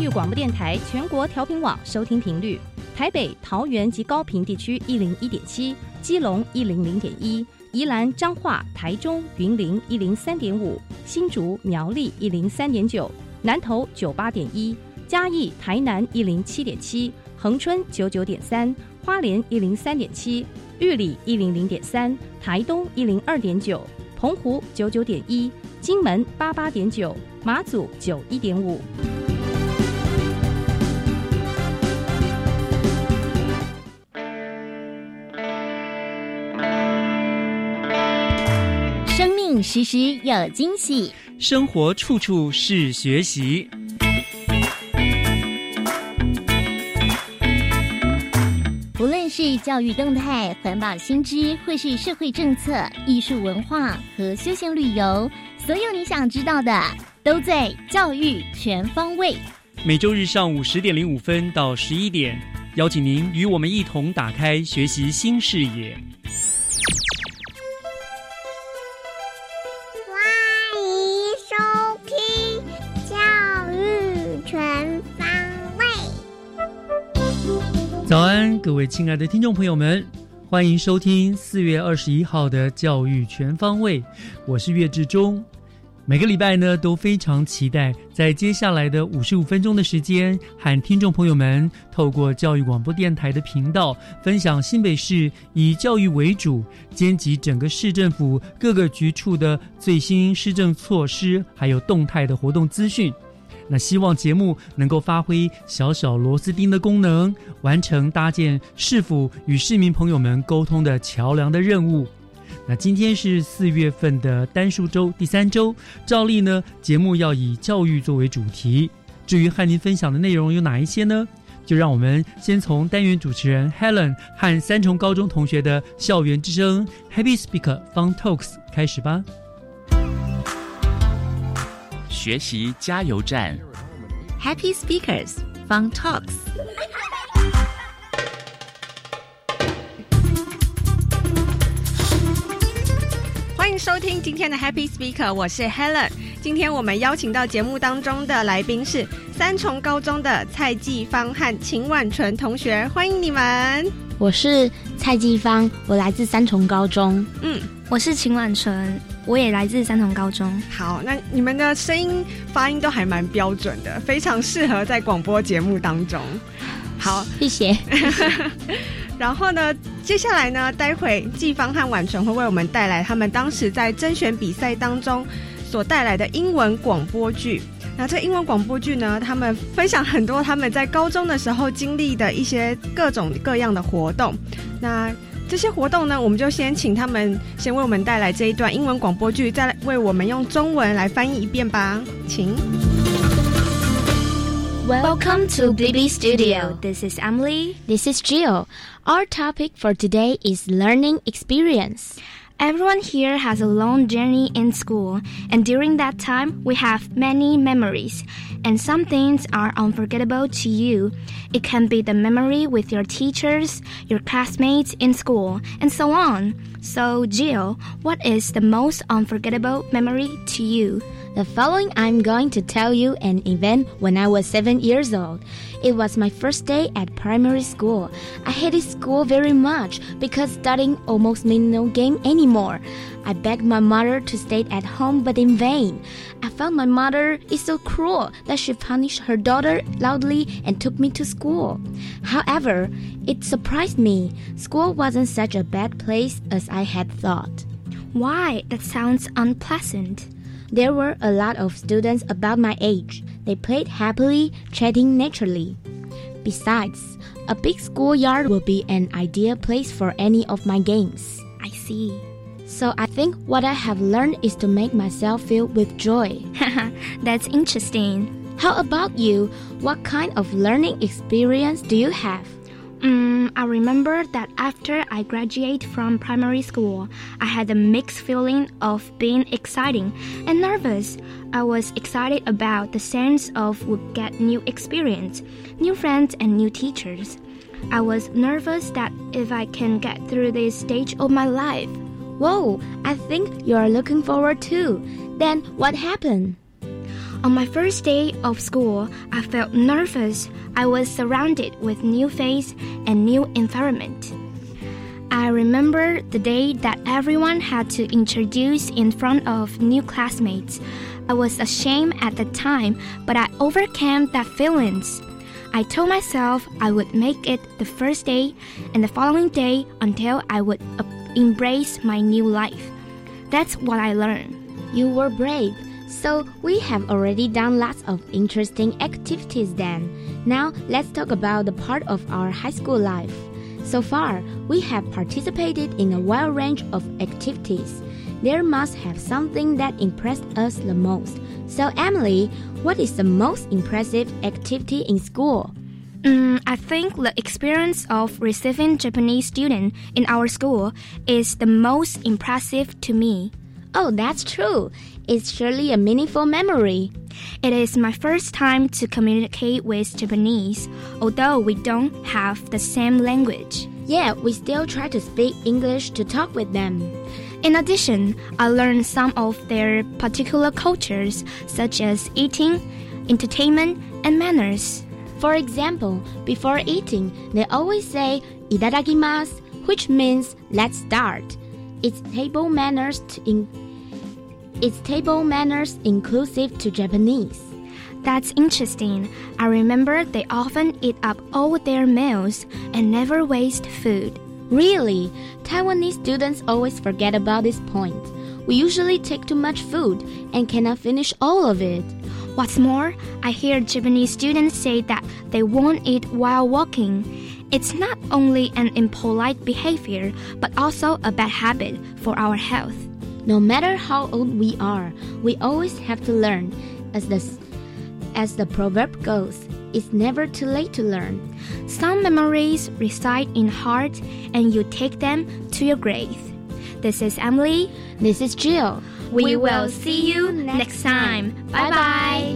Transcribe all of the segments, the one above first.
育广播电台全国调频网收听频率：台北、桃园及高屏地区101.7，基隆100.1，宜兰、彰化、台中、云林103.5，新竹、苗栗103.9，南投98.1，嘉义、台南107.7，恒春99.3，花莲103.7，玉里100.3，台东102.9，澎湖99.1，金门88.9，马祖91.5。 生命时时有惊喜， 生活处处是学习。 无论是教育动态、环保新知，或是社会政策、艺术文化和休闲旅游，所有你想知道的都在教育全方位。 每周日上午10点05分到11点，邀请您与我们一同打开学习新视野。早安，各位亲爱的听众朋友们，欢迎收听4月21号的教育全方位，我是岳志忠。每个礼拜呢，都非常期待在接下来的55分钟的时间，和听众朋友们透过教育广播电台的频道，分享新北市以教育为主，兼及整个市政府各个局处的最新施政措施，还有动态的活动资讯。那希望节目能够发挥小小螺丝钉的功能，完成搭建市府与市民朋友们沟通的桥梁的任务。那今天是4月份的单数周第3周，照例呢，节目要以教育作为主题。至于和您分享的内容有哪一些呢？就让我们先从单元主持人 Helen 和三重高中同学的校园之声 Happy Speaker Fun Talks 开始吧。 学习加油站 Happy Speakers Fun Talks。 欢迎收听今天的 Happy Speaker， 我是 Helen。 今天我们邀请到节目当中的来宾是三重高中的蔡继芳和秦婉纯同学，欢迎你们。 我是蔡继芳，我来自三重高中。 我是秦婉纯，我也来自三重高中。 好，那你们的声音发音都还蛮标准的，非常适合在广播节目当中。好， 谢谢。 然后呢，接下来呢，待会继芳和婉纯会为我们带来他们当时在甄选比赛当中所带来的英文广播剧。那这个英文广播剧呢，他们分享很多他们在高中的时候经历的一些各种各样的活动。那这些活动呢，我们就先请他们先为我们带来这一段英文广播剧，再为我们用中文来翻译一遍吧，请。 Welcome to Blibli Studio. This is Emily. This is Jill. Our topic for today is learning experience. Everyone here has a long journey in school, and during that time, we have many memories, and some things are unforgettable to you. It can be the memory with your teachers, your classmates in school, and so on. So, Jill, what is the most unforgettable memory to you? The following I'm going to tell you an event when I was 7 years old. It was my first day at primary school. I hated school very much because studying almost meant no gain anymore. I begged my mother to stay at home, but in vain. I felt my mother is so cruel that she punished her daughter loudly and took me to school. However, it surprised me. School wasn't such a bad place as I had thought. Why? That sounds unpleasant. There were a lot of students about my age. They played happily, chatting naturally. Besides, a big schoolyard will be an ideal place for any of my games. I see. So I think what I have learned is to make myself feel with joy. That's interesting. How about you? What kind of learning experience do you have? I remember that after I graduated from primary school, I had a mixed feeling of being exciting and nervous. I was excited about the sense of would get new experience, new friends and new teachers. I was nervous that if I can get through this stage of my life. Whoa, I think you are looking forward too. Then what happened? On my first day of school, I felt nervous. I was surrounded with new face and new environment. I remember the day that everyone had to introduce in front of new classmates. I was ashamed at the time, but I overcame that feelings. I told myself I would make it the first day and the following day until I would embrace my new life. That's what I learned. You were brave. So we have already done lots of interesting activities then. Now let's talk about the part of our high school life. So far, we have participated in a wide range of activities. There must have something that impressed us the most. So Emily, what is the most impressive activity in school? I think the experience of receiving Japanese students in our school is the most impressive to me. Oh, that's true. It's surely a meaningful memory. It is my first time to communicate with Japanese, although we don't have the same language. Yeah, we still try to speak English to talk with them. In addition, I learned some of their particular cultures, such as eating, entertainment, and manners. For example, before eating, they always say "itadakimasu," which means "let's start." It's table manners inclusive to Japanese. That's interesting. I remember they often eat up all their meals and never waste food. Really? Taiwanese students always forget about this point. We usually take too much food and cannot finish all of it. What's more, I hear Japanese students say that they won't eat while walking. It's not only an impolite behavior, but also a bad habit for our health. No matter how old we are, we always have to learn. As the proverb goes, it's never too late to learn. Some memories reside in heart, and you take them to your grave. This is Emily. This is Jill. We will see you next time. Bye-bye.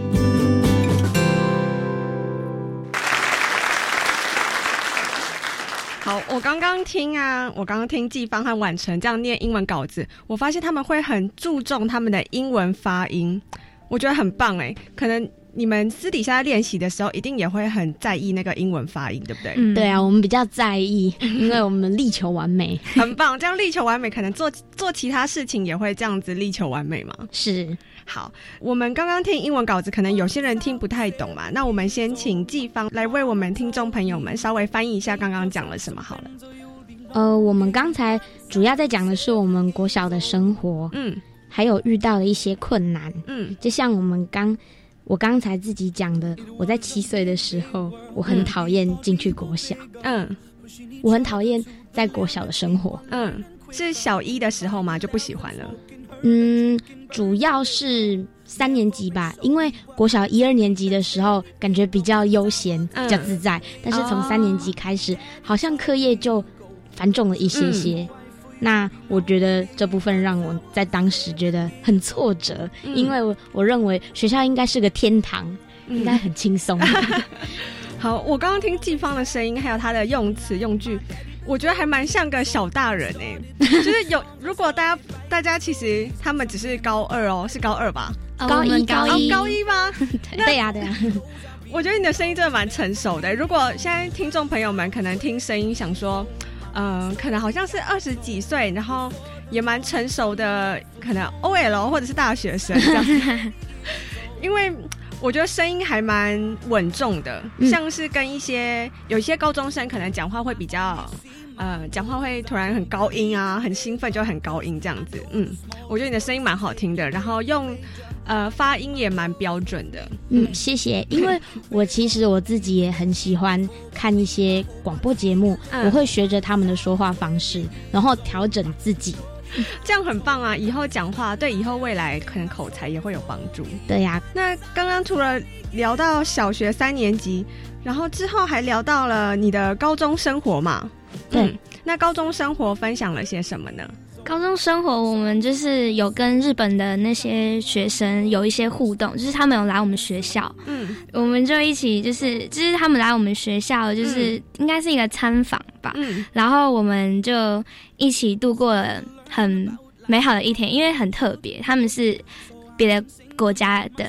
好，我刚刚听季芳和婉晨这样念英文稿子，我发现他们会很注重他们的英文发音，我觉得很棒哎。可能你们私底下练习的时候，一定也会很在意那个英文发音，对不对？ 对啊，我们比较在意，因为我们力求完美。 很棒，这样力求完美，可能做其他事情也会这样子力求完美嘛。 是。 好，我们刚刚听英文稿子，可能有些人听不太懂嘛，那我们先请季芳来为我们听众朋友们稍微翻译一下刚刚讲了什么好了。 我们刚才主要在讲的是我们国小的生活，还有遇到的一些困难，就像我刚才自己讲的，我在7岁的时候，我很讨厌进去国小，我很讨厌在国小的生活， 是小1的时候嘛就不喜欢了？ 主要是3年级吧，因为国小1、2年级的时候感觉比较悠闲，比较自在，但是从3年级开始，好像课业就繁重了一些些。那我觉得这部分让我在当时觉得很挫折，因为我认为学校应该是个天堂，应该很轻松。 好，我刚刚听季芳的声音，还有她的用词用句，我觉得还蛮像个小大人就是如果大家其实他们只是高2哦，是高2吧？ 高一吗？ 对呀。 我觉得你的声音真的蛮成熟的。如果现在听众朋友们可能听声音想说，可能好像是20几岁，然后也蛮成熟的，可能 OL 或者是大学生这样因为我觉得声音还蛮稳重的，像是跟有一些高中生可能讲话会比较讲话会突然很高音啊，很兴奋就很高音这样子。我觉得你的声音蛮好听的，然后用发音也蛮标准的。 谢谢。因为其实我自己也很喜欢看一些广播节目，我会学着他们的说话方式，然后调整自己。 这样很棒啊！以后讲话对以后未来可能口才也会有帮助。 对呀。 那刚刚除了聊到小学3年级，然后之后还聊到了你的高中生活嘛？ 对。 那高中生活分享了些什么呢？ 高中生活我们就是有跟日本的那些学生有一些互动，就是他们有来我们学校，我们就一起就是他们来我们学校，就是应该是一个参访吧，然后我们就一起度过了很美好的一天，因为很特别，他们是别的国家的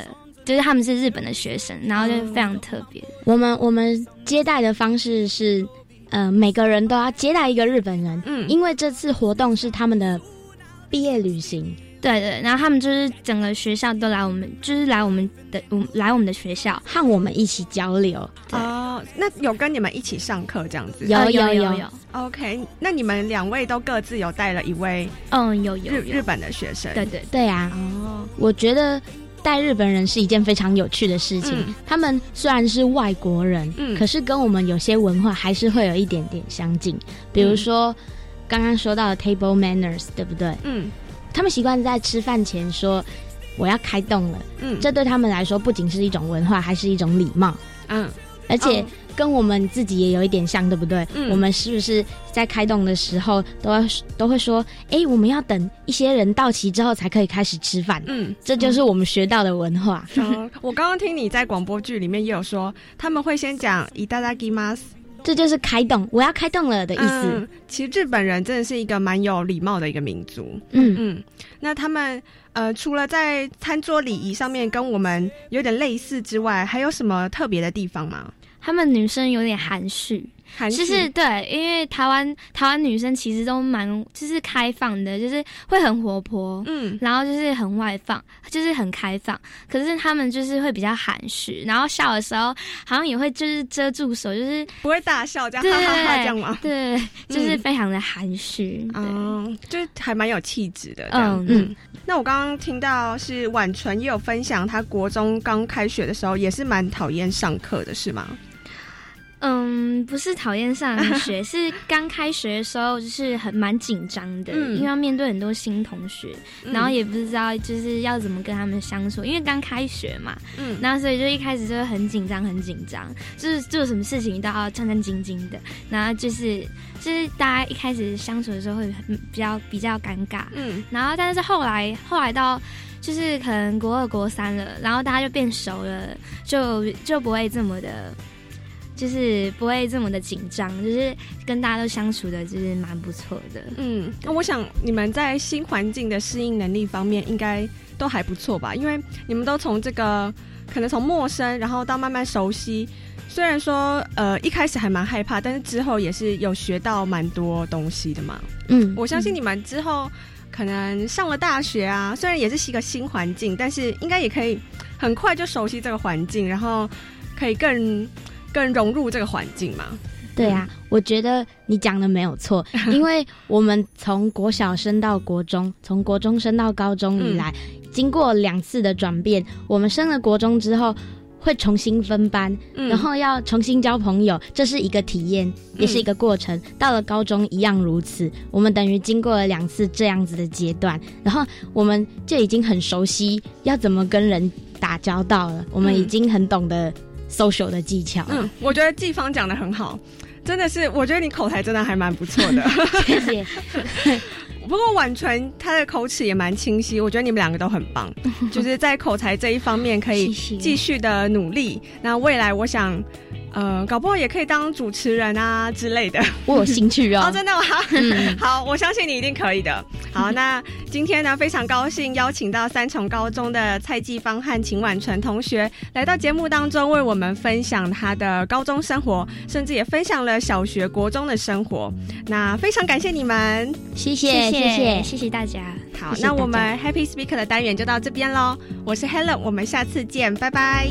就是他们是日本的学生，然后就非常特别。 我们接待的方式是，每个人都要接待一个日本人，因为这次活动是他们的毕业旅行。 对对，然后他们就是整个学校都来我们，就是来我们的学校， 和我们一起交流。 哦，那有跟你们一起上课这样子？ 有。 OK， 那你们2位都各自有带了一位有日本的学生？ 对啊。我觉得带日本人是一件非常有趣的事情。他们虽然是外国人，可是跟我们有些文化还是会有一点点相近。比如说刚刚说到的 table manners， 对不对？他们习惯在吃饭前说我要开动了，这对他们来说不仅是一种文化，还是一种礼貌。而且跟我们自己也有一点像，对不对？我们是不是在开动的时候都会说，我们要等一些人到齐之后才可以开始吃饭？这就是我们学到的文化。 我刚刚听你在广播剧里面也有说，他们会先讲いただきます。 这就是开动，我要开动了的意思。 其实日本人真的是一个蛮有礼貌的一个民族。那他们除了在餐桌礼仪上面跟我们有点类似之外，还有什么特别的地方吗？ 他们女生有点含蓄。就是对，因为台湾女生其实都蛮就是开放的，就是会很活泼，然后就是很外放，就是很开放。可是他们就是会比较含蓄，然后笑的时候好像也会就是遮住手，就是不会大笑这样，哈哈哈这样吗？ 对，就是非常的含蓄， 就是还蛮有气质的。那我刚刚听到是婉纯也有分享，她国中刚开学的时候也是蛮讨厌上课的，是吗？ 不是讨厌上学，是刚开学的时候就是蛮紧张的，因为要面对很多新同学，然后也不知道就是要怎么跟他们相处，因为刚开学嘛，然后所以就一开始就会很紧张，就是做什么事情都要战战兢兢的，然后就是大家一开始相处的时候会比较尴尬，然后但是后来到就是可能国2、国3了，然后大家就变熟了，就不会这么的。就是不会这么的紧张，就是跟大家都相处的就是蛮不错的。 那我想你们在新环境的适应能力方面应该都还不错吧？因为你们都从这个可能从陌生，然后到慢慢熟悉。虽然说一开始还蛮害怕，但是之后也是有学到蛮多东西的嘛。我相信你们之后可能上了大学啊，虽然也是一个新环境，但是应该也可以很快就熟悉这个环境，然后可以更融入这个环境嘛。 对啊，我觉得你讲的没有错，因为我们从国小升到国中，从国中升到高中以来，经过2次的转变，我们升了国中之后会重新分班，然后要重新交朋友，这是一个体验，也是一个过程。到了高中一样如此，我们等于经过了2次这样子的阶段，然后我们就已经很熟悉要怎么跟人打交道了，我们已经很懂得social 的技巧。 我觉得季芳讲得很好，真的是，我觉得你口才真的还蛮不错的。 谢谢。 不过婉纯她的口齿也蛮清晰，我觉得你们2个都很棒，就是在口才这一方面可以继续的努力。那未来我想搞不好也可以当主持人啊之类的。 我有兴趣哦。 真的吗？好，我相信你一定可以的。好，那今天呢非常高兴邀请到3重高中的蔡季芳和秦婉纯同学来到节目当中，为我们分享她的高中生活，甚至也分享了小学国中的生活。那非常感谢你们。 谢谢大家。 好，那我们 Happy Speaker 的单元就到这边咯。我是 Helen， 我们下次见，拜拜。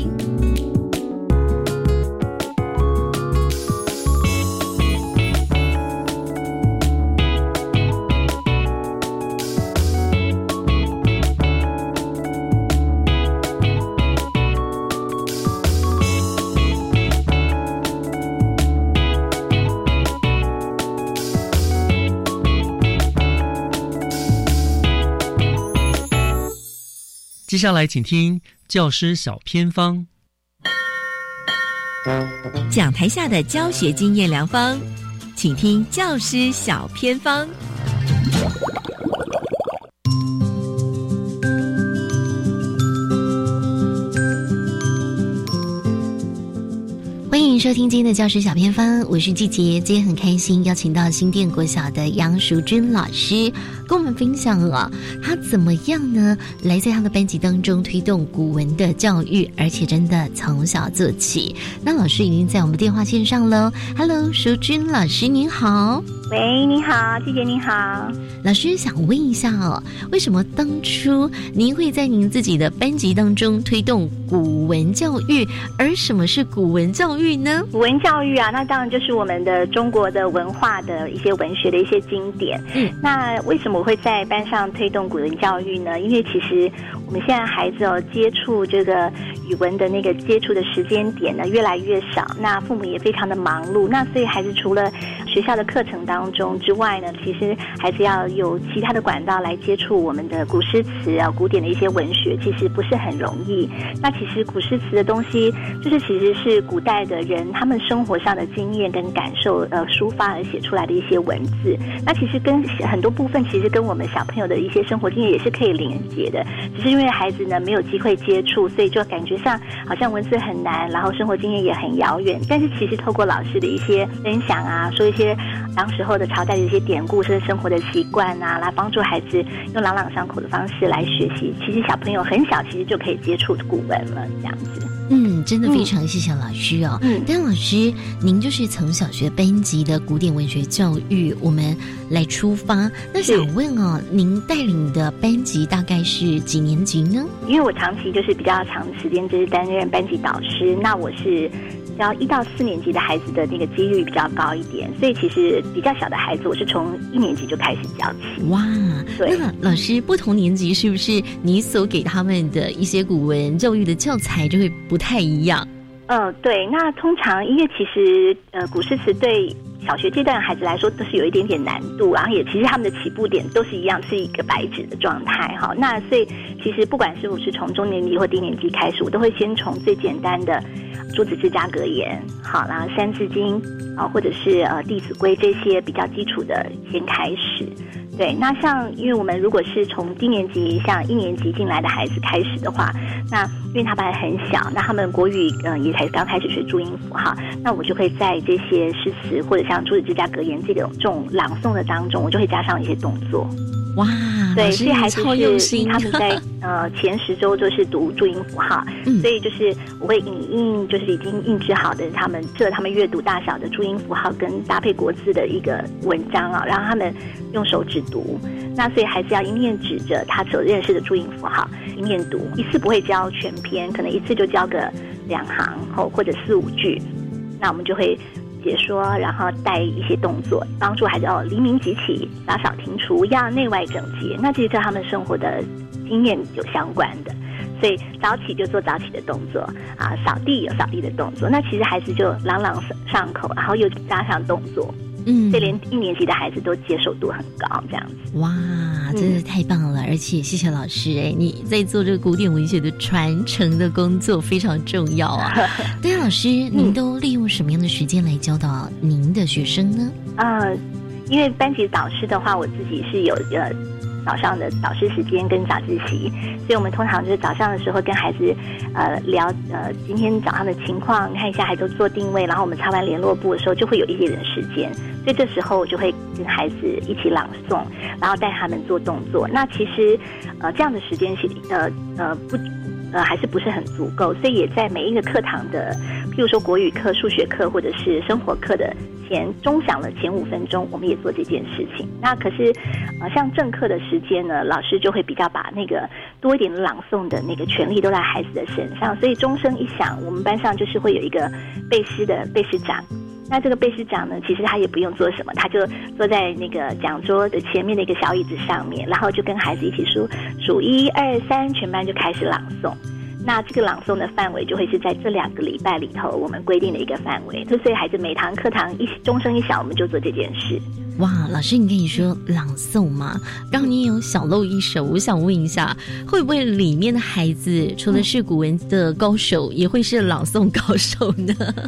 接下来请听教师小偏方， 讲台下的教学经验良方，请听教师小偏方。 欢迎收收听今天的教师小偏方，我是季杰。今天很开心邀请到新店国小的杨淑君老师跟我们分享他怎么样呢来在他的班级当中推动古文的教育，而且真的从小做起。那老师已经在我们电话线上了。 Hello， 淑君老师您好。 喂，你好，季杰你好。 老师想问一下为什么当初您会在您自己的班级当中推动古文教育？而什么是古文教育呢？ 古文教育啊，那当然就是我们的中国的文化的一些文学的一些经典。那为什么我会在班上推动古文教育呢？因为其实我们现在孩子接触这个语文的那个接触的时间点呢越来越少，那父母也非常的忙碌，那所以孩子除了学校的课程当中之外呢，其实孩子要有其他的管道来接触我们的古诗词啊、古典的一些文学，其实不是很容易。那其实古诗词的东西，就是其实是古代的人他们生活上的经验跟感受抒发而写出来的一些文字。那其实跟很多部分其实跟我们小朋友的一些生活经验也是可以连接的，只是因为孩子呢没有机会接触，所以就感觉上好像文字很难，然后生活经验也很遥远。但是其实透过老师的一些分享啊，说一些当时候的朝代的一些典故，甚至生活的习惯啊，来帮助孩子用朗朗上口的方式来学习。其实小朋友很小其实就可以接触古文了，这样子。 真的非常谢谢老师但老师您就是从小学班级的古典文学教育我们来出发，那想问您带领的班级大概是几年级呢？ 因为我长期就是比较长时间就是担任班级导师，那我是只要1到4年级的孩子的那个几率比较高一点，所以其实比较小的孩子我是从1年级就开始教起。 哇， 对。 那老师不同年级是不是你所给他们的一些古文教育的教材就会不太一样？ 对，那通常因为其实古诗词对小学阶段的孩子来说都是有一点点难度，然后也其实他们的起步点都是一样，是一个白纸的状态哈。那所以其实不管是我是从中年级或低年级开始，我都会先从最简单的诸子之家格言，好，然后三字经啊，或者是弟子规这些比较基础的先开始。对，那像因为我们如果是从低年级像1年级进来的孩子开始的话，那因为他们还很小，那他们国语也才刚开始学注音符号，那我就会在这些诗词或者像诸子之家格言这种朗诵的当中，我就会加上一些动作。 哇， 对，所以孩子是他们在前10周就是读注音符号，所以就是我会影印，就是已经印制好的他们阅读大小的注音符号跟搭配国字的一个文章啊，然后他们用手指读。那所以孩子要一面指着他所认识的注音符号一面读，一次不会教全篇，可能一次就教个2行或者4、5句，那我们就会解说，然后带一些动作，帮助孩子黎明即起，打扫庭除，要内外整洁。那这些跟他们生活的经验有相关的，所以早起就做早起的动作啊，扫地有扫地的动作。那其实孩子就朗朗上口，然后又加上动作。所以连1年级的孩子都接受度很高，这样子。 哇，真的太棒了！而且谢谢老师，你在做这个古典文学的传承的工作非常重要啊。对啊，老师，您都利用什么样的时间来教导您的学生呢？ 因为班级导师的话，我自己是有早上的导师时间跟早自习，所以我们通常就是早上的时候跟孩子聊今天早上的情况，看一下孩子做定位，然后我们抄完联络簿的时候就会有一些人时间，所以这时候我就会跟孩子一起朗诵，然后带他们做动作。那其实这样的时间是还是不是很足够，所以也在每一个课堂的，譬如说国语课、数学课或者是生活课的钟响了前5分钟，我们也做这件事情。那可是像正课的时间呢，老师就会比较把那个多一点朗诵的那个权利都在孩子的身上，所以钟声一响，我们班上就是会有一个背诗的背诗长。那这个背诗长呢，其实他也不用做什么，他就坐在那个讲桌的前面的一个小椅子上面，然后就跟孩子一起数1、2、3，全班就开始朗诵。那这个朗诵的范围就会是在这2个礼拜里头我们规定的一个范围，所以孩子每堂课堂钟声一响，我们就做这件事。 哇，老师，你跟你说朗诵嘛，让你有小露一手，我想问一下，会不会里面的孩子除了是古文的高手，也会是朗诵高手呢？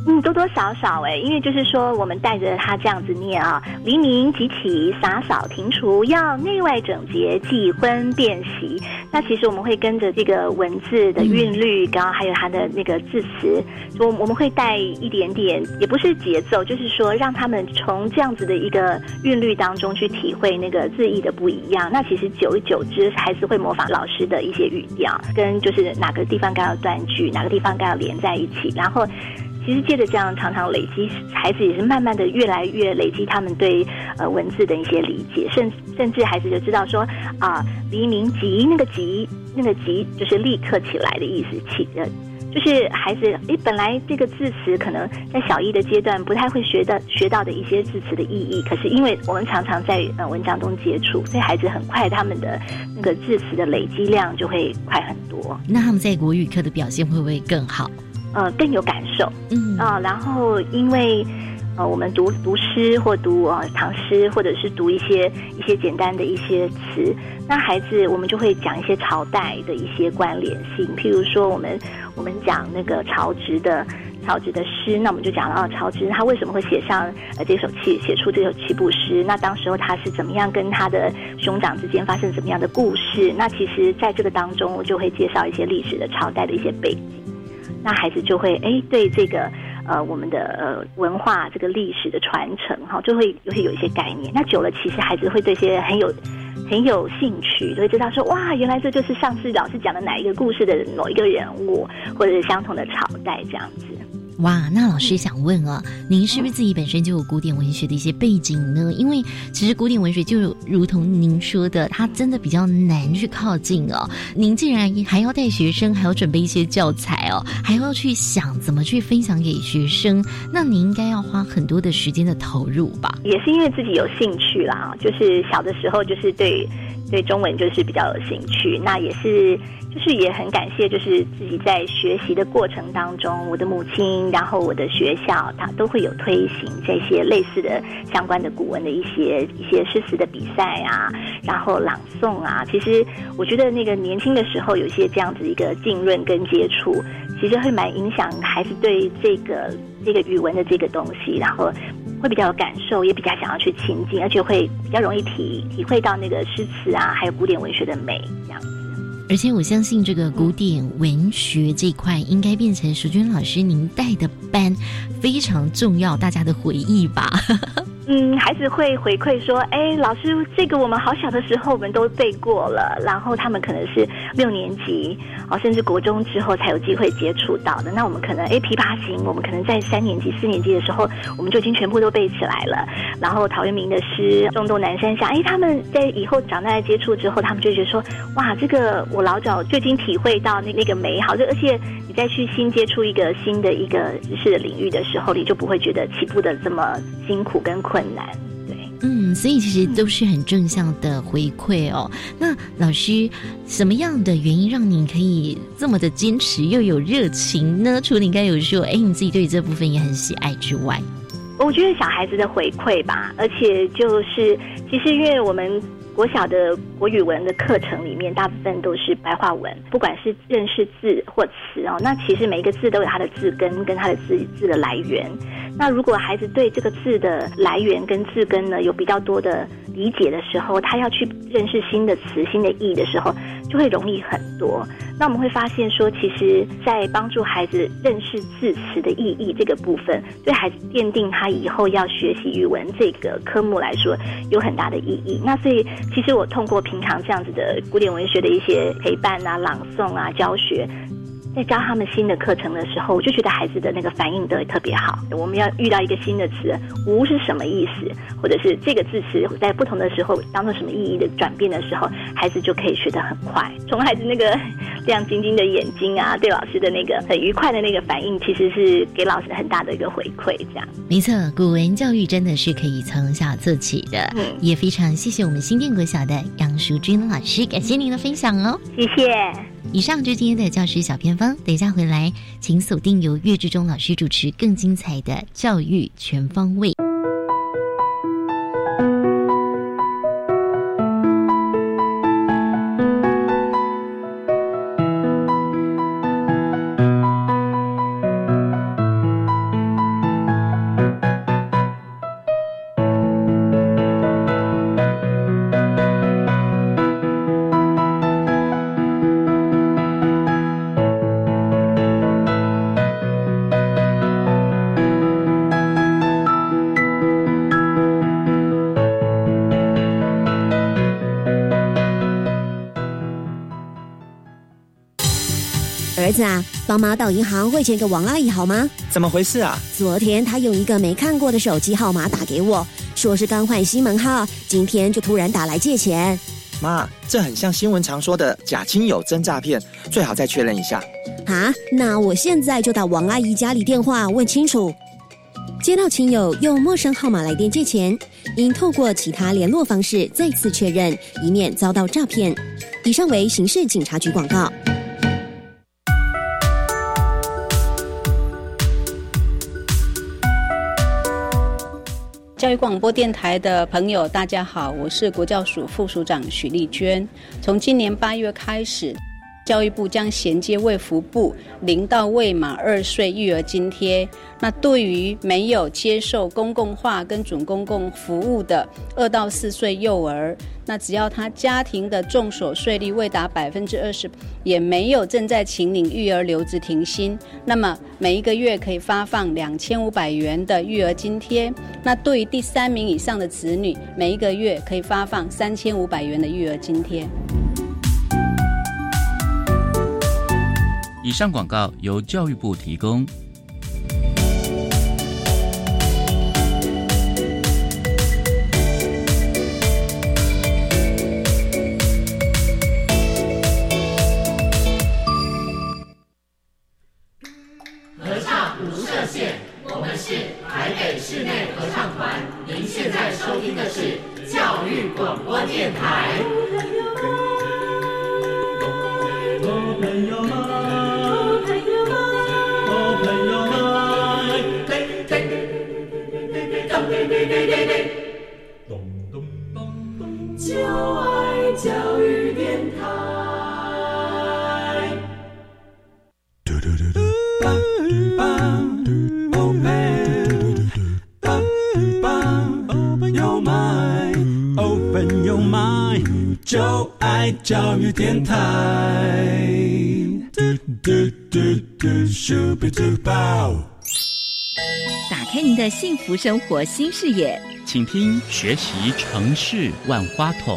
多多少少因为就是说我们带着他这样子念啊，黎明即起，洒扫庭除，要内外整洁，忌荤辨习。那其实我们会跟着这个文字的韵律，然后还有他的那个字词，我们会带一点点，也不是节奏，就是说让他们从这样子的一个韵律当中去体会那个字义的不一样。那其实久而久之还是会模仿老师的一些语调，跟就是哪个地方该要断句，哪个地方该要连在一起，然后其实借着这样常常累积，孩子也是慢慢的越来越累积他们对文字的一些理解，甚至孩子就知道说黎明即那个即就是立刻起来的意思，就是孩子本来这个字词可能在小一的阶段不太会学到的一些字词的意义，可是因为我们常常在文章中接触，所以孩子很快他们的那个字词的累积量就会快很多。 那他们在国语课的表现会不会更好？ 更有感受。然后因为我们读诗或读唐诗，或者是读一些简单的一些词，那孩子我们就会讲一些朝代的一些关联性。譬如说我们讲那个曹植的诗，那我们就讲到曹植他为什么会写出这首七步诗，那当时候他是怎么样跟他的兄长之间发生怎么样的故事，那其实在这个当中我就会介绍一些历史的朝代的一些背景，那孩子就会对这个我们的文化这个历史的传承就会有一些概念。那久了其实孩子会对这些很有兴趣，就会知道说哇，原来这就是上次老师讲的哪一个故事的某一个人物，或者是相同的朝代这样子。 哇，那老师想问您是不是自己本身就有古典文学的一些背景呢？因为其实古典文学就如同您说的，它真的比较难去靠近您既然还要带学生，还要准备一些教材还要去想怎么去分享给学生，那你应该要花很多的时间的投入吧？ 也是因为自己有兴趣啦，就是小的时候就是对中文就是比较有兴趣，那也是就是也很感谢，就是自己在学习的过程当中，我的母亲，然后我的学校，它都会有推行这些类似的相关的古文的一些诗词的比赛啊，然后朗诵啊。其实我觉得那个年轻的时候有一些这样子一个浸润跟接触，其实会蛮影响孩子对这个语文的这个东西，然后会比较有感受，也比较想要去亲近，而且会比较容易体会到那个诗词啊，还有古典文学的美这样子。 而且我相信这个古典文学这一块应该变成淑君老师您带的班非常重要大家的回忆吧。 孩子会回馈说老师这个我们好小的时候我们都背过了，然后他们可能是6年级甚至国中之后才有机会接触到的，那我们可能琵琶行我们可能在3年级4年级的时候我们就已经全部都背起来了，然后陶渊明的诗种豆南山下，他们在以后长大接触之后，他们就觉得说哇，这个我老早就已经体会到那个美好，而且你再去新接触一个新的一个知识的领域的时候，你就不会觉得起步的这么辛苦跟困难。对， 所以其实都是很正向的回馈那老师什么样的原因让你可以这么的坚持又有热情呢？除了你刚才有说你自己对这部分也很喜爱之外， 我觉得小孩子的回馈吧，而且就是其实因为我们国小的国语文的课程里面大部分都是白话文，不管是认识字或词那其实每一个字都有它的字根跟它的字的来源。那如果孩子对这个字的来源跟字根呢有比较多的理解的时候，他要去认识新的词新的意的时候就会容易很多。那我们会发现说，其实在帮助孩子认识字词的意义这个部分，对孩子奠定他以后要学习语文这个科目来说有很大的意义。那所以其实我通过平常这样子的古典文学的一些陪伴啊、朗诵啊、教学，在教他们新的课程的时候，我就觉得孩子的那个反应得特别好。我们要遇到一个新的词，无是什么意思，或者是这个字词在不同的时候当做什么意义的转变的时候，孩子就可以学得很快。从孩子那个亮晶晶的眼睛啊，对老师的那个很愉快的那个反应，其实是给老师很大的一个回馈。这样没错，古文教育真的是可以从小做起的。也非常谢谢我们新店国小的杨淑君老师，感谢您的分享谢谢。 以上就是今天的教师小偏方，等一下回来请锁定由岳志忠老师主持更精彩的教育全方位。 儿子啊，帮妈到银行汇钱给王阿姨好吗？ 怎么回事啊？ 昨天她用一个没看过的手机号码打给我，说是刚换新门号，今天就突然打来借钱。 妈，这很像新闻常说的假亲友真诈骗，最好再确认一下。 啊，那我现在就打王阿姨家里电话问清楚。接到亲友用陌生号码来电借钱，应透过其他联络方式再次确认，以免遭到诈骗。以上为刑事警察局广告。 教育广播电台的朋友大家好，我是国教署副署长许丽娟。从今年8月开始，教育部将衔接卫福部0到未满2岁育儿津贴，那对于没有接受公共化跟准公共服务的2到4岁幼儿，那只要他家庭的综所税率未达20%，也没有正在请领育儿留职停薪，那么每一个月可以发放2500元的育儿津贴。那对于第3名以上的子女，每一个月可以发放3500元的育儿津贴。 以上广告由教育部提供。 合唱无设限，我们是台北室内合唱团。您现在收听的是教育广播电台。就爱教育电台。Open your mind, open your mind， 就爱教育电台。 打开您的幸福生活新视野， 请听学习城市万花筒。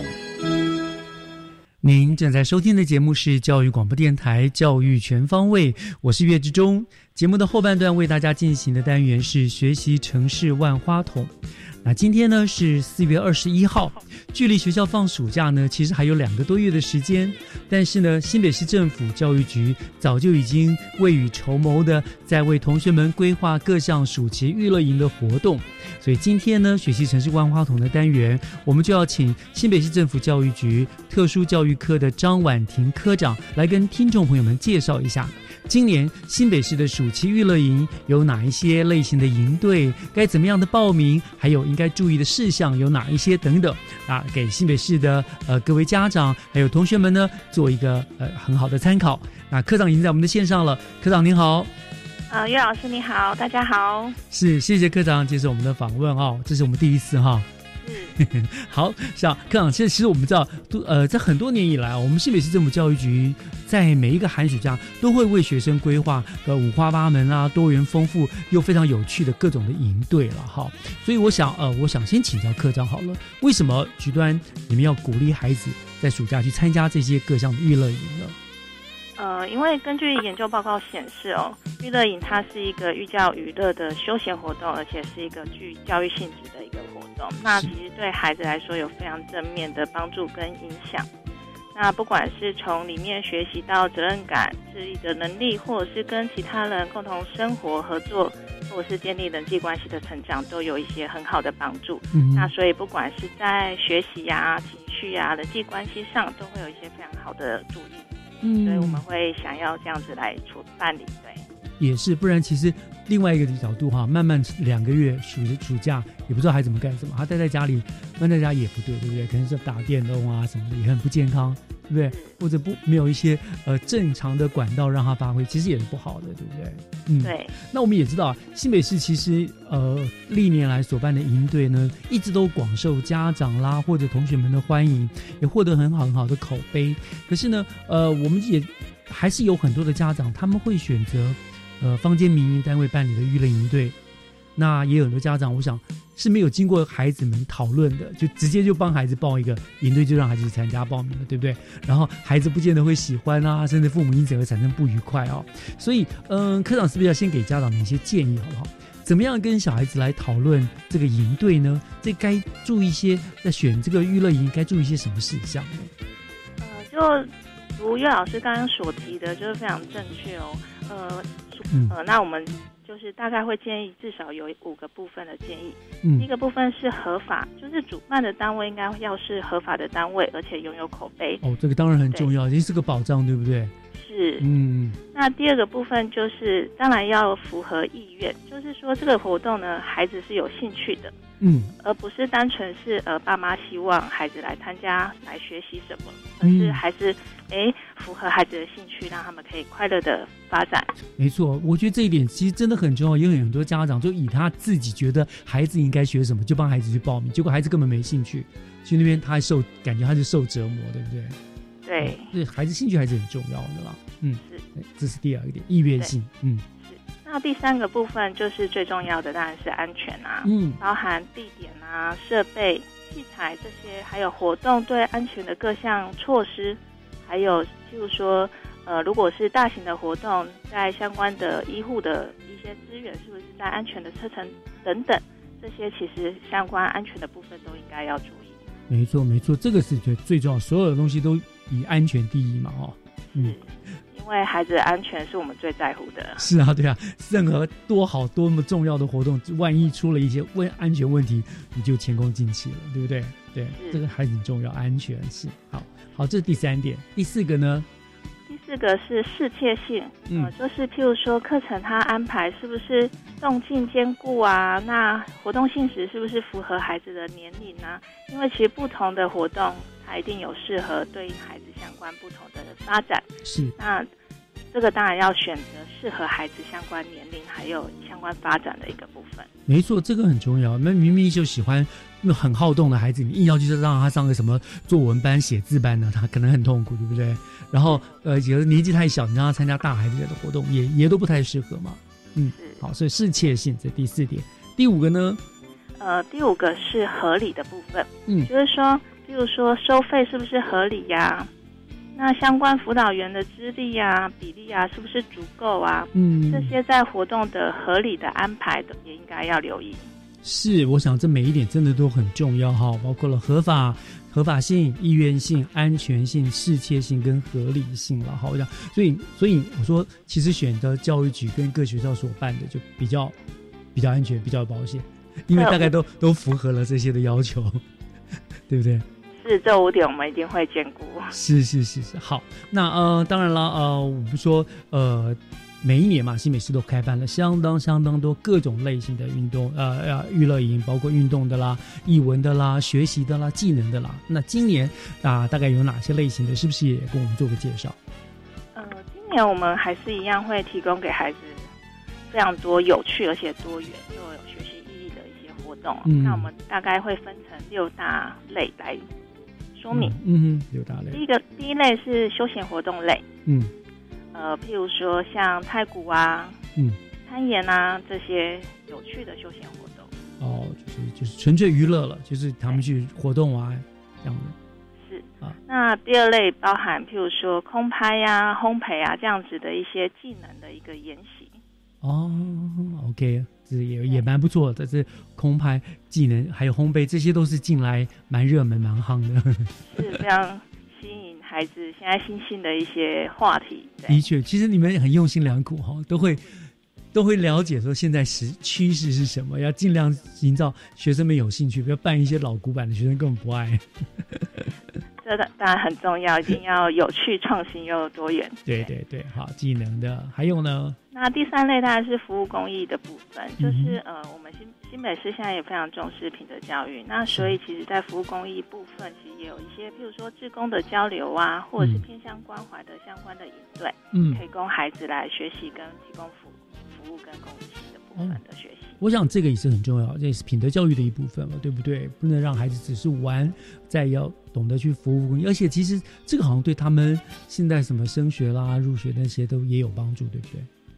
您正在收听的节目是教育广播电台教育全方位，我是岳志忠。节目的后半段为大家进行的单元是学习城市万花筒。那今天呢是4月21号，距离学校放暑假呢其实还有2个多月的时间，但是呢新北市政府教育局早就已经未雨绸缪的在为同学们规划各项暑期娱乐营的活动，所以今天呢学习城市万花筒的单元，我们就要请新北市政府教育局特殊教育科的张婉婷科长来跟听众朋友们介绍一下今年新北市的暑期娱乐营有哪一些类型的营队，该怎么样的报名，还有应该注意的事项有哪一些等等啊，给新北市的各位家长还有同学们呢做一个很好的参考。那科长已经在我们的线上了，科长您好。 岳老师你好，大家好。 是，谢谢科长接受我们的访问哦，这是我们第一次哈。好，像科长，其实我们知道，在很多年以来，我们新北市政府教育局在每一个寒暑假都会为学生规划五花八门啊、多元丰富又非常有趣的各种的营队了哈。所以我想先请教科长好了，为什么局端你们要鼓励孩子在暑假去参加这些各项的娱乐营呢？ 因为根据研究报告显示娱乐营它是一个寓教于乐的休闲活动，而且是一个具教育性质的一个活动。那其实对孩子来说有非常正面的帮助跟影响。那不管是从里面学习到责任感、自理的能力，或者是跟其他人共同生活合作，或者是建立人际关系的成长，都有一些很好的帮助。那所以不管是在学习啊、情绪啊、人际关系上，都会有一些非常好的助力。所以我们会想要这样子来办理。对， 也是，不然其实另外一个角度哈，慢慢2个月暑假也不知道孩子们干什么，他待在家里闷在家也不对，对不对？可能是打电动啊什么的，也很不健康，对不对？或者没有一些正常的管道让他发挥，其实也是不好的，对不对？ 对。 那我们也知道新北市其实历年来所办的营队呢，一直都广受家长啦或者同学们的欢迎，也获得很好的口碑。可是呢，我们也还是有很多的家长他们会选择坊间民营单位办理的娱乐营队， 那也有很多家长我想是没有经过孩子们讨论的，就直接就帮孩子报一个营队，就让孩子去参加报名了，对不对？然后孩子不见得会喜欢啊，甚至父母因此会产生不愉快哦。所以科长是不是要先给家长们一些建议好不好？怎么样跟小孩子来讨论这个营队呢？这该注意一些，在选这个娱乐营该注意一些什么事项呢？ 就如岳老师刚刚所提的，就是非常正确哦。那我们就是大概会建议至少有5个部分的建议。第一个部分是合法，就是主办的单位应该要是合法的单位，而且拥有口碑。 这个当然很重要，这是个保障，对不对？ 是。那第二个部分就是当然要符合意愿，就是说这个活动呢，孩子是有兴趣的。而不是单纯是爸妈希望孩子来参加来学习什么，而是还是符合孩子的兴趣，让他们可以快乐的发展。没错， 我觉得这一点其实真的很重要，因为很多家长就以他自己觉得孩子应该学什么，就帮孩子去报名，结果孩子根本没兴趣，去那边他还感觉他是受折磨，对不对？对，对，孩子兴趣还是很重要的啦。这是第二个点，意愿性。 那第3个部分就是最重要的，当然是安全啊，包含地点啊、设备、器材这些，还有活动对安全的各项措施，还有譬如说，如果是大型的活动，在相关的医护的一些资源，是不是在安全的车程等等，这些其实相关安全的部分都应该要注意。 没错，没错，这个是最重要，所有的东西都以安全第一嘛， 因为孩子的安全是我们最在乎的。 是啊，对啊，任何多么重要的活动，万一出了一些安全问题，你就前功尽弃了，对不对？对，这个还很重要，安全是好，这是第3点。第4个呢？ 第4个是适切性，就是譬如说课程它安排是不是动静兼顾啊？那活动性质是不是符合孩子的年龄啊？因为其实不同的活动，它一定有适合对应孩子相关不同的发展。是，那这个当然要选择适合孩子相关年龄还有相关发展的一个部分。没错，这个很重要。那明明就喜欢很好动的孩子，你硬要就是让他上个什么作文班、写字班呢，他可能很痛苦，对不对？然后有的年纪太小，你让他参加大孩子的活动，也都不太适合嘛。好，所以适切性这第4点。第5个呢？第5个是合理的部分，就是说，比如说收费是不是合理呀？那相关辅导员的资历啊、比例啊，是不是足够啊？这些在活动的合理的安排的，也应该要留意。是，我想这每一点真的都很重要哈，包括了合法性、意愿性、安全性、适切性跟合理性了。好，像所以我说，其实选择教育局跟各学校所办的就比较安全、比较保险，因为大概都符合了这些的要求，对不对？是，这5点我们一定会兼顾。是，好。那当然了，我们说每一年嘛，新北市都开办了相当多各种类型的运动娱乐营，包括运动的啦、艺文的啦、学习的啦、技能的啦。那今年大概有哪些类型的？是不是也跟我们做个介绍？今年我们还是一样会提供给孩子非常多有趣而且多元又有学习意义的一些活动。那我们大概会分成6大类来说明。6大类。第一类是休闲活动类。譬如说像太鼓啊、攀岩啊这些有趣的休闲活动。就是纯粹娱乐了，就是他们去活动啊这样的。是啊。那第2类包含譬如说空拍啊、烘焙啊这样子的一些技能的一个研习。OK， 这也蛮不错的。这是空拍技能，还有烘焙，这些都是近来蛮热门、蛮夯的。是非常吸引孩子现在新兴的一些话题。的确，其实你们很用心良苦哈，都会了解说现在趋势是什么，要尽量营造学生们有兴趣，不要办一些老古板的，学生根本不爱。这当然很重要，一定要有趣、创新又多元。对，好，技能的还有呢？那第3类当然是服务公益的部分，就是我们新北市现在也非常重视品德教育，那所以其实在服务公益部分，其实也有一些譬如说志工的交流啊，或者是偏向关怀的相关的营队，可以供孩子来学习跟提供服务跟公益性的部分的学习。我想这个也是很重要，这也是品德教育的一部分嘛，对不对？不能让孩子只是玩，再要懂得去服务公益，而且其实这个好像对他们现在什么升学啦、入学那些都也有帮助，对不对？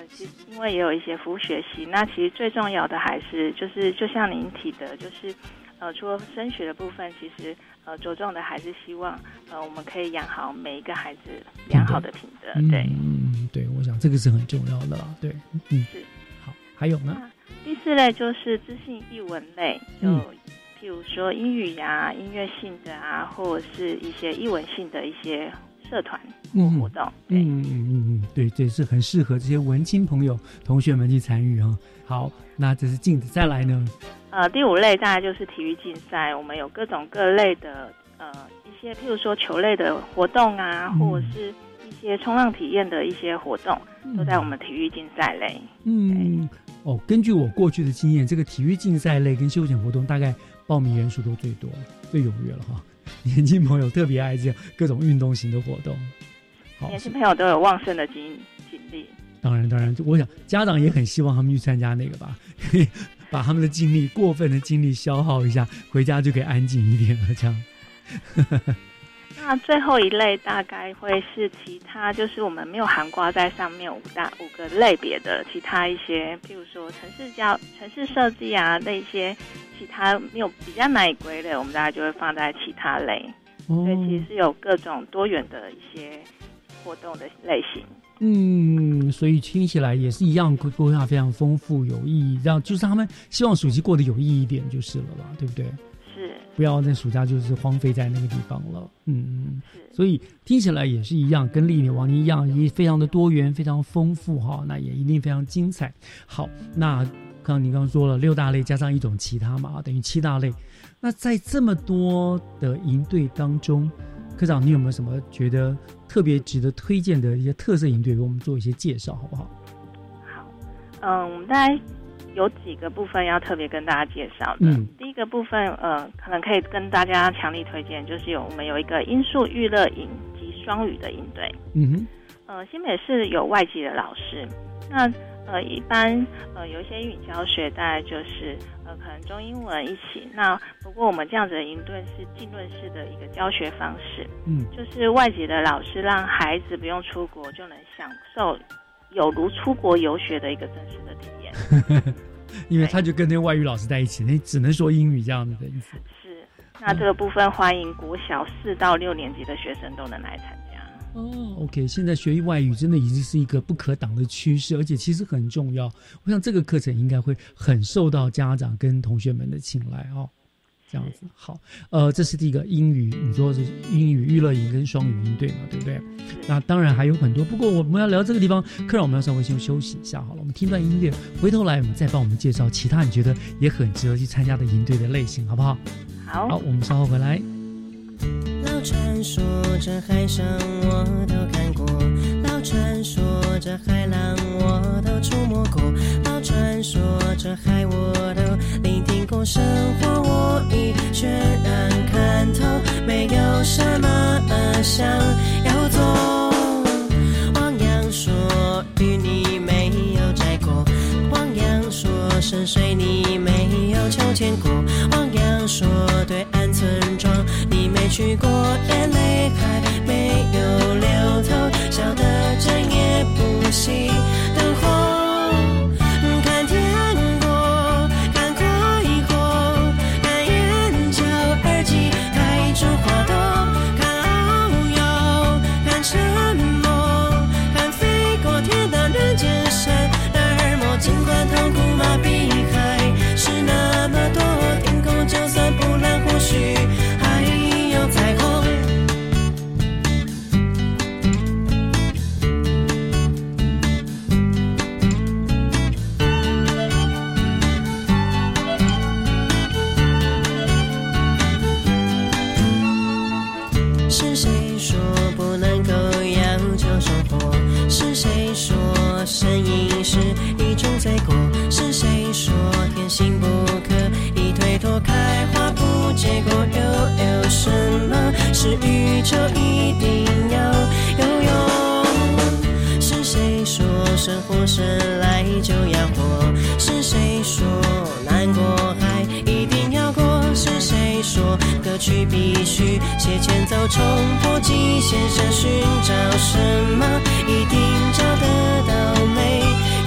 其实因为也有一些服务学习，那其实最重要的还是就像您提的，就是除了升学的部分，其实着重的还是希望我们可以养好每一个孩子良好的品德。对， 对，我想这个是很重要的啦。对， 是。 好，还有呢？ 第4类就是知性艺文类，就譬如说英语呀、音乐性的啊，或者是一些艺文性的一些社团活动。 对，这是很适合这些文青朋友、同学们去参与啊。好，那这是镜子，再来呢？ 第5类大概就是体育竞赛，我们有各种各类的一些，譬如说球类的活动啊，或者是一些冲浪体验的一些活动，都在我们体育竞赛类。 根据我过去的经验，这个体育竞赛类跟休闲活动大概报名人数都最多、最踊跃了哈。年轻朋友特别爱这样各种运动型的活动。 年轻朋友都有旺盛的精力。 当然，我想家长也很希望他们去参加那个吧，把他们的精力、过分的精力消耗一下，回家就可以安静一点了，这样。 那最后一类大概会是其他，就是我们没有涵盖在上面5个类别的其他一些，譬如说城市设计啊，那一些其他没有比较难以归类，我们大概就会放在其他类。所以其实是有各种多元的一些活动的类型。 所以听起来也是一样，规划非常丰富有意义，让就是他们希望暑期过得有意义一点就是了吧，对不对？ 是， 不要在暑假就是荒废在那个地方了。所以听起来也是一样，跟历年往年一样，也非常的多元，非常丰富哈，那也一定非常精彩。好，那你刚刚说了6大类加上一种其他嘛，等于7大类。那在这么多的营队当中，科长你有没有什么觉得特别值得推荐的一些特色营队，给我们做一些介绍好不好？ 好，我们大概有几个部分要特别跟大家介绍的。第一个部分可能可以跟大家强力推荐，就是我们有一个音速娱乐营及双语的营队。新北市有外籍的老师，那一般有一些英语教学大概就是可能中英文一起。那不过我们这样子的营队是浸润式的一个教学方式，就是外籍的老师让孩子不用出国就能享受有如出国游学的一个真实的体验。 因为他就跟那个外语老师在一起，那只能说英语这样子的意思。 是，那这个部分欢迎国小4到6年级的学生都能来参加。 OK， 现在学外语真的已经是一个不可挡的趋势，而且其实很重要。我想这个课程应该会很受到家长跟同学们的青睐哦。这样子好，这是第一个英语，你说是英语娱乐营跟双语营队嘛，对不对？那当然还有很多，不过我们要聊这个地方，科长我们要稍微先休息一下好了，我们听段音乐，回头来我们再帮我们介绍其他你觉得也很值得去参加的营队的类型，好不好？好，我们稍后回来。 老传说这海上我都看过，老传说这海浪我都触摸过，老传说这海我都聆听过，生活我已全然看透，没有什么想要做。汪洋说与你没有摘过，汪洋说深水你没有秋千过，汪洋说对岸村庄你没去过，眼泪还没有流透，笑得整夜不熄灯火。看天国，看快活，看眼角耳机开出花朵，看遨游，看沉默，看飞过天堂人间神的耳膜，尽管痛苦麻痹还是那么多，天空就算不蓝或许还有彩虹。是谁说不能够要求生活？是谁说呻吟是一种罪过？是谁说天性不可以推脱，开花不结果？又有什么是宇宙一定要有用？是谁说生活生来就要活？是谁说难过还一定要过？是谁说歌曲必须写前奏，冲破极限，想寻找什么一定找得到，没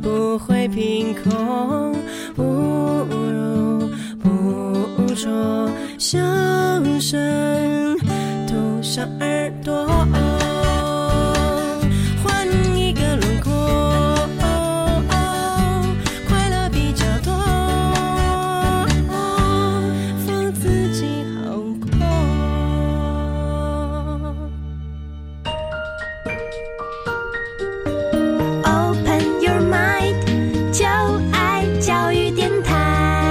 不会凭空误入捕捉，笑声涂上耳朵，换一个轮廓，快乐比较多，放自己好过。Open your mind， 就爱教育电台。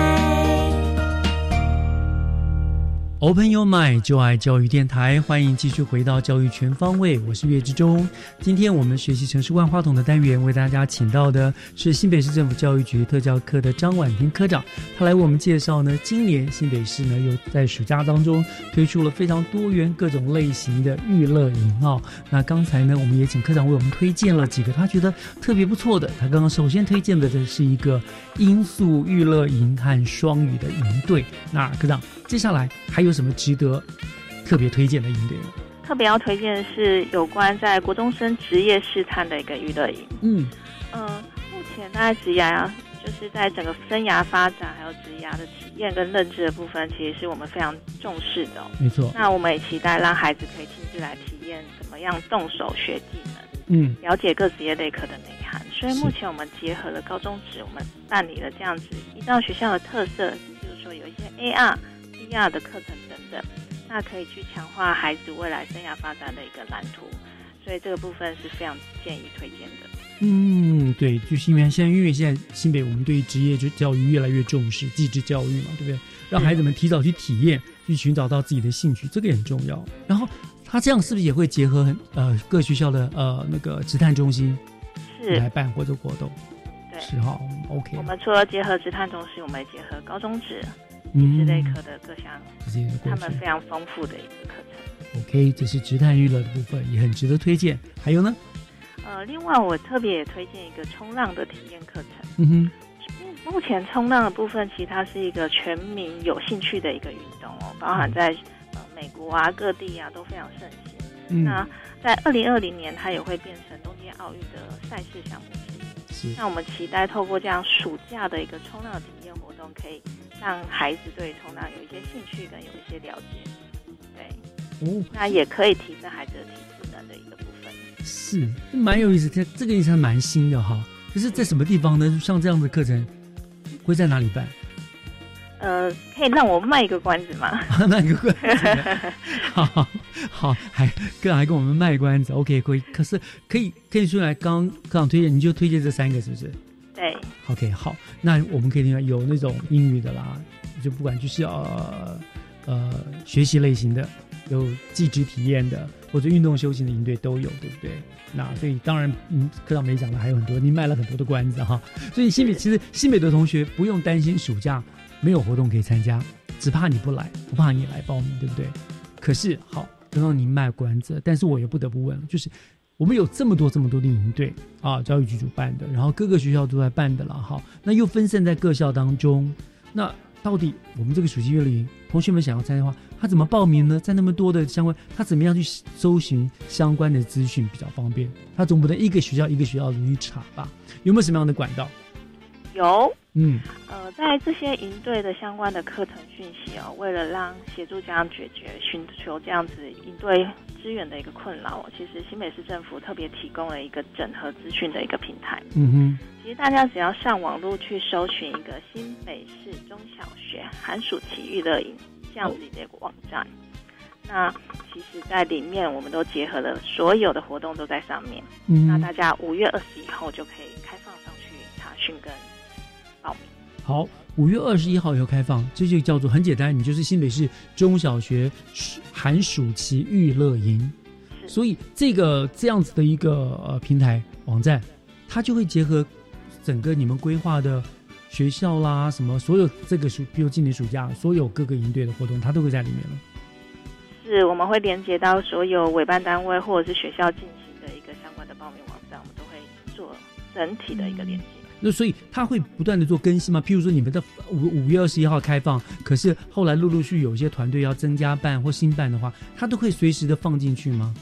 Open Your Mind， 就爱教育电台，欢迎继续回到教育全方位，我是岳志忠。今天我们学习城市万花筒的单元，为大家请到的是新北市政府教育局特教科的张婉婷科长，他来为我们介绍呢，今年新北市呢又在暑假当中推出了非常多元各种类型的娱乐营哦。那刚才呢，我们也请科长为我们推荐了几个他觉得特别不错的。他刚刚首先推荐的是一个音速娱乐营和双语的营队。那科长，接下来还有什么值得特别推荐的营队呢？ 特别要推荐的是有关在国中生职业试探的一个娱乐营。目前大概职涯就是在整个生涯发展还有职涯的体验跟认知的部分，其实是我们非常重视的哦。 没错。 那我们也期待让孩子可以亲自来体验怎么样动手学技能，了解各职业类科的内涵。所以目前我们结合了高中职，我们办理了这样子依照学校的特色，比如说有一些 AR、VR 的课程等等，那可以去强化孩子未来生涯发展的一个蓝图。所以这个部分是非常建议推荐的。 对，就是因为现在新北我们对于职业教育越来越重视，技职教育嘛，对不对？让孩子们提早去体验，去寻找到自己的兴趣，这个也很重要。然后他这样是不是也会结合各学校的那个职探中心来办或者活动？ 对， 是哈 ，OK。 我们除了结合职探中心，我们也结合高中职、职类科的各项，他们非常丰富的一个课程。 OK， 这是职探娱乐的部分，也很值得推荐。还有呢？ 另外我特别也推荐一个冲浪的体验课程。目前冲浪的部分，其实它是一个全民有兴趣的一个运动哦，包含在美国啊各地啊都非常盛行。那在2020年，它也会变成东京奥运的赛事项目之一。那我们期待透过这样暑假的一个冲浪体验活动，可以让孩子对冲浪有一些兴趣跟有一些了解。对，那也可以提升孩子的体质能的一个部分。 是蛮有意思，这个也是蛮新的哈。可是在什么地方呢？像这样的课程会在哪里办？ 可以让我卖一个关子吗？ 卖一个关子，好，科长还跟我们卖关子 ，OK， 可是可以出来，刚推荐，你就推荐这3个是不是？ 对 ，OK， 好，那我们可以听到有那种英语的啦，就不管就是学习类型的，有技职体验的，或者运动休闲的营队都有，对不对？那所以当然，科长没讲的还有很多，你卖了很多的关子哈。所以其实新北的同学不用担心暑假没有活动可以参加，只怕你不来，不怕你来报名，对不对？可是好，刚刚您卖关子，但是我也不得不问，就是我们有这么多的营队啊，教育局主办的，然后各个学校都在办的了哈，那又分散在各校当中，那到底我们这个暑期娱乐营，同学们想要参加的话，他怎么报名呢？在那么多的相关，他怎么样去搜寻相关的资讯比较方便？他总不能一个学校的去查吧？有没有什么样的管道？ 有，在这些营队的相关的课程讯息哦，为了让协助家长解决寻求这样子营队资源的一个困扰哦，其实新北市政府特别提供了一个整合资讯的一个平台。其实大家只要上网络去搜寻一个新北市中小学寒暑期娱乐营这样子的一个网站，那其实在里面我们都结合了所有的活动都在上面。那大家5月21号就可以开放上去查询跟报名。好 ，5月21号以后开放，这就叫做很简单，你就是新北市中小学寒暑期娱乐营。所以这样子的一个平台网站，它就会结合整个你们规划的学校啦，什么所有这个比如今年暑假所有各个营队的活动，它都会在里面了。 是，我们会连接到所有委办单位或者是学校进行的一个相关的报名网站，我们都会做整体的一个连接。 那所以它会不断的做更新吗？譬如说你们的5月21号开放，可是后来陆续有一些团队要增加办或新办的话，它都会随时的放进去吗？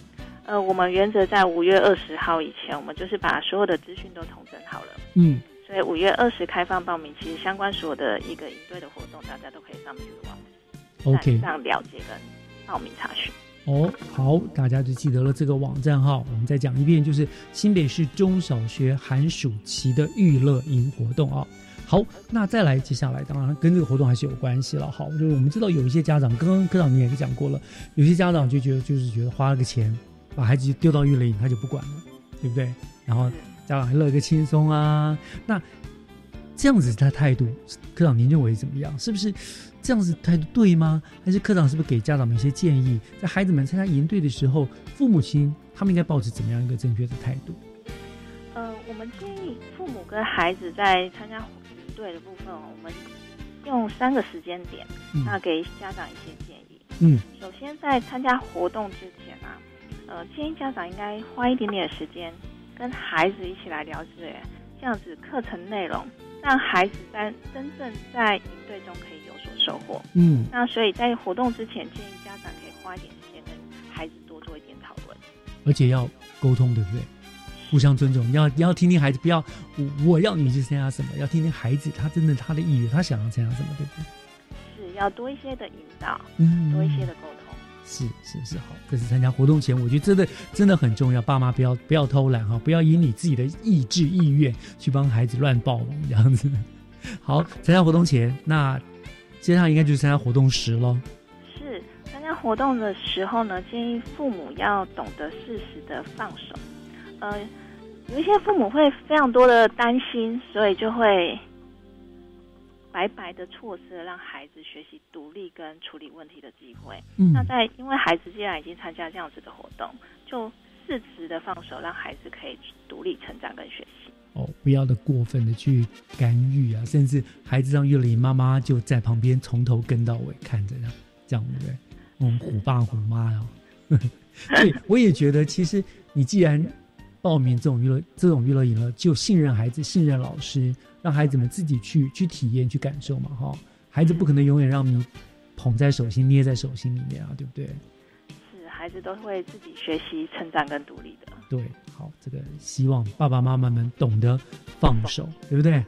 我们原则在5月20号以前，我们就是把所有的资讯都统整好了。所以5月20开放报名，其实相关所有的一个营队的活动，大家都可以上这个网站上了解跟报名查询。 好，大家就记得了这个网站号。我们再讲一遍，就是新北市中小学寒暑期的育乐营活动啊。好，那再来接下来，当然跟这个活动还是有关系了。好，就是我们知道有一些家长，刚刚科长你也讲过了，有些家长就觉得花了个钱，把孩子丢到育乐营，他就不管了，对不对？然后家长还乐个轻松啊。那这样子的态度，科长您认为怎么样？是不是这样子态度对吗？还是科长是不是给家长们一些建议，在孩子们参加营队的时候，父母亲他们应该抱持怎么样一个正确的态度？ 我们建议父母跟孩子在参加营队的部分，我们用3个时间点，那给家长一些建议。首先在参加活动之前建议家长应该花一点点的时间跟孩子一起来了解这样子课程内容，让孩子在真正在营队中可以有所收获。那所以在活动之前，建议家长可以花一点时间跟孩子多做一点讨论，而且要沟通，对不对？互相尊重，你要听听孩子，不要我要你去参加什么，要听听孩子他真的他的意愿，他想要参加什么，对不对？是要多一些的引导，多一些的沟通。是好，这是参加活动前，我觉得真的很重要。爸妈不要偷懒哈，不要以你自己的意志意愿去帮孩子乱报名这样子。好，参加活动前，那接下来应该就是参加活动时咯。是参加活动的时候呢，建议父母要懂得适时的放手。有一些父母会非常多的担心，所以就会白白的错失了让孩子学习独立跟处理问题的机会。那因为孩子既然已经参加这样子的活动，就适时的放手，让孩子可以独立成长跟学习。不要的过分的去干预啊，甚至孩子上育乐营，妈妈就在旁边从头跟到尾看着这样对不对？虎爸虎妈啊。对，我也觉得其实你既然报名这种娱乐营了，就信任孩子，信任老师，让孩子们自己去体验、去感受嘛，哈。孩子不可能永远让你捧在手心、捏在手心里面啊，对不对？是，孩子都会自己学习、成长跟独立的。对，好，这个希望爸爸妈妈们懂得放手，对不对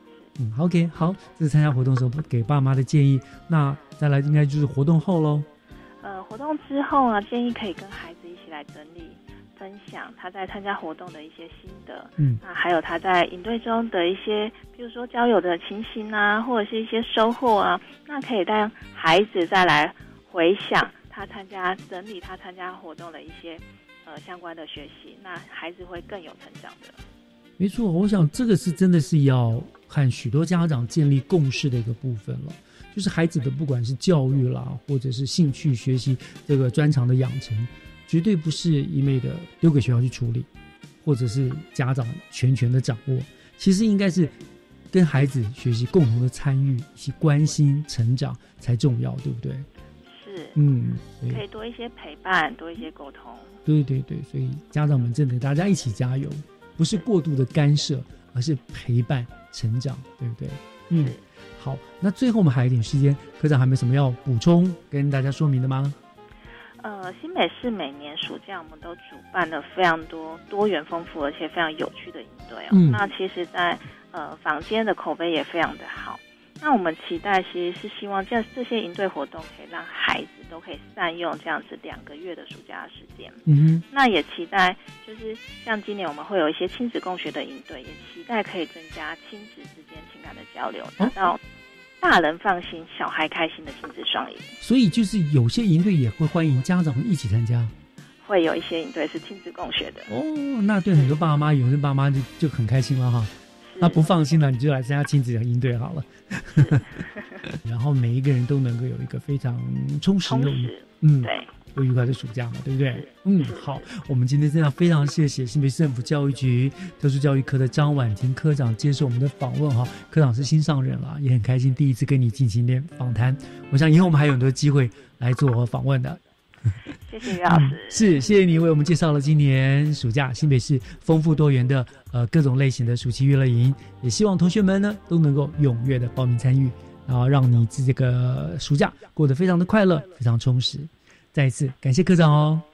？OK， 好，这是参加活动的时候给爸妈的建议。那再来应该就是活动后咯。活动之后呢，建议可以跟孩子一起来整理分享他在参加活动的一些心得，那还有他在营队中的一些，比如说交友的情形啊，或者是一些收获啊，那可以让孩子再来回想他整理他参加活动的一些相关的学习，那孩子会更有成长的。没错，我想这个是真的是要和许多家长建立共识的一个部分了。就是孩子的不管是教育啦，或者是兴趣学习这个专长的养成，绝对不是一昧的丢给学校去处理，或者是家长全权的掌握。其实应该是跟孩子学习共同的参与，一起关心成长才重要，对不对？是，可以多一些陪伴，多一些沟通。对，所以家长们真的大家一起加油，不是过度的干涉，而是陪伴成长，对不对？好，那最后我们还有一点时间，科长还没什么要补充跟大家说明的吗？新北市每年暑假我们都主办了非常多元丰富而且非常有趣的营队那其实在坊间的口碑也非常的好。那我们期待其实是希望这些营队活动可以让孩子都可以善用这样子2个月的暑假的时间。那也期待就是像今年我们会有一些亲子共学的营队，也期待可以增加亲子之间情感的交流，达到大人放心小孩开心的亲子双赢。所以就是有些营队也会欢迎家长一起参加，会有一些营队是亲子共学的。那对很多爸妈，有些爸妈就很开心了哈。那不放心了，你就来参加亲子的营队好了。然后每一个人都能够有一个非常充实对，又愉快的暑假嘛，对不对？好，我们今天真的非常谢谢新北市政府教育局特殊教育科的张婉婷科长接受我们的访问哈。科长是新上任了，也很开心第一次跟你进行点访谈。我想以后我们还有很多机会来做访问的。谢谢于老师。谢谢你为我们介绍了今年暑假新北市丰富多元的各种类型的暑期娱乐营，也希望同学们呢都能够踊跃的报名参与，然后让你这个暑假过得非常的快乐，非常充实。再一次感谢科长哦。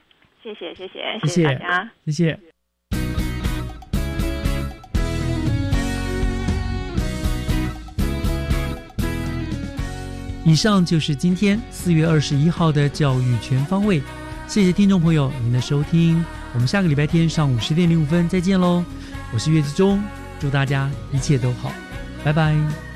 谢谢大家， 谢谢。以上就是今天4月21号的教育全方位，谢谢听众朋友您的收听，我们下个礼拜天上午10点05分再见喽，我是岳志忠，祝大家一切都好，拜拜。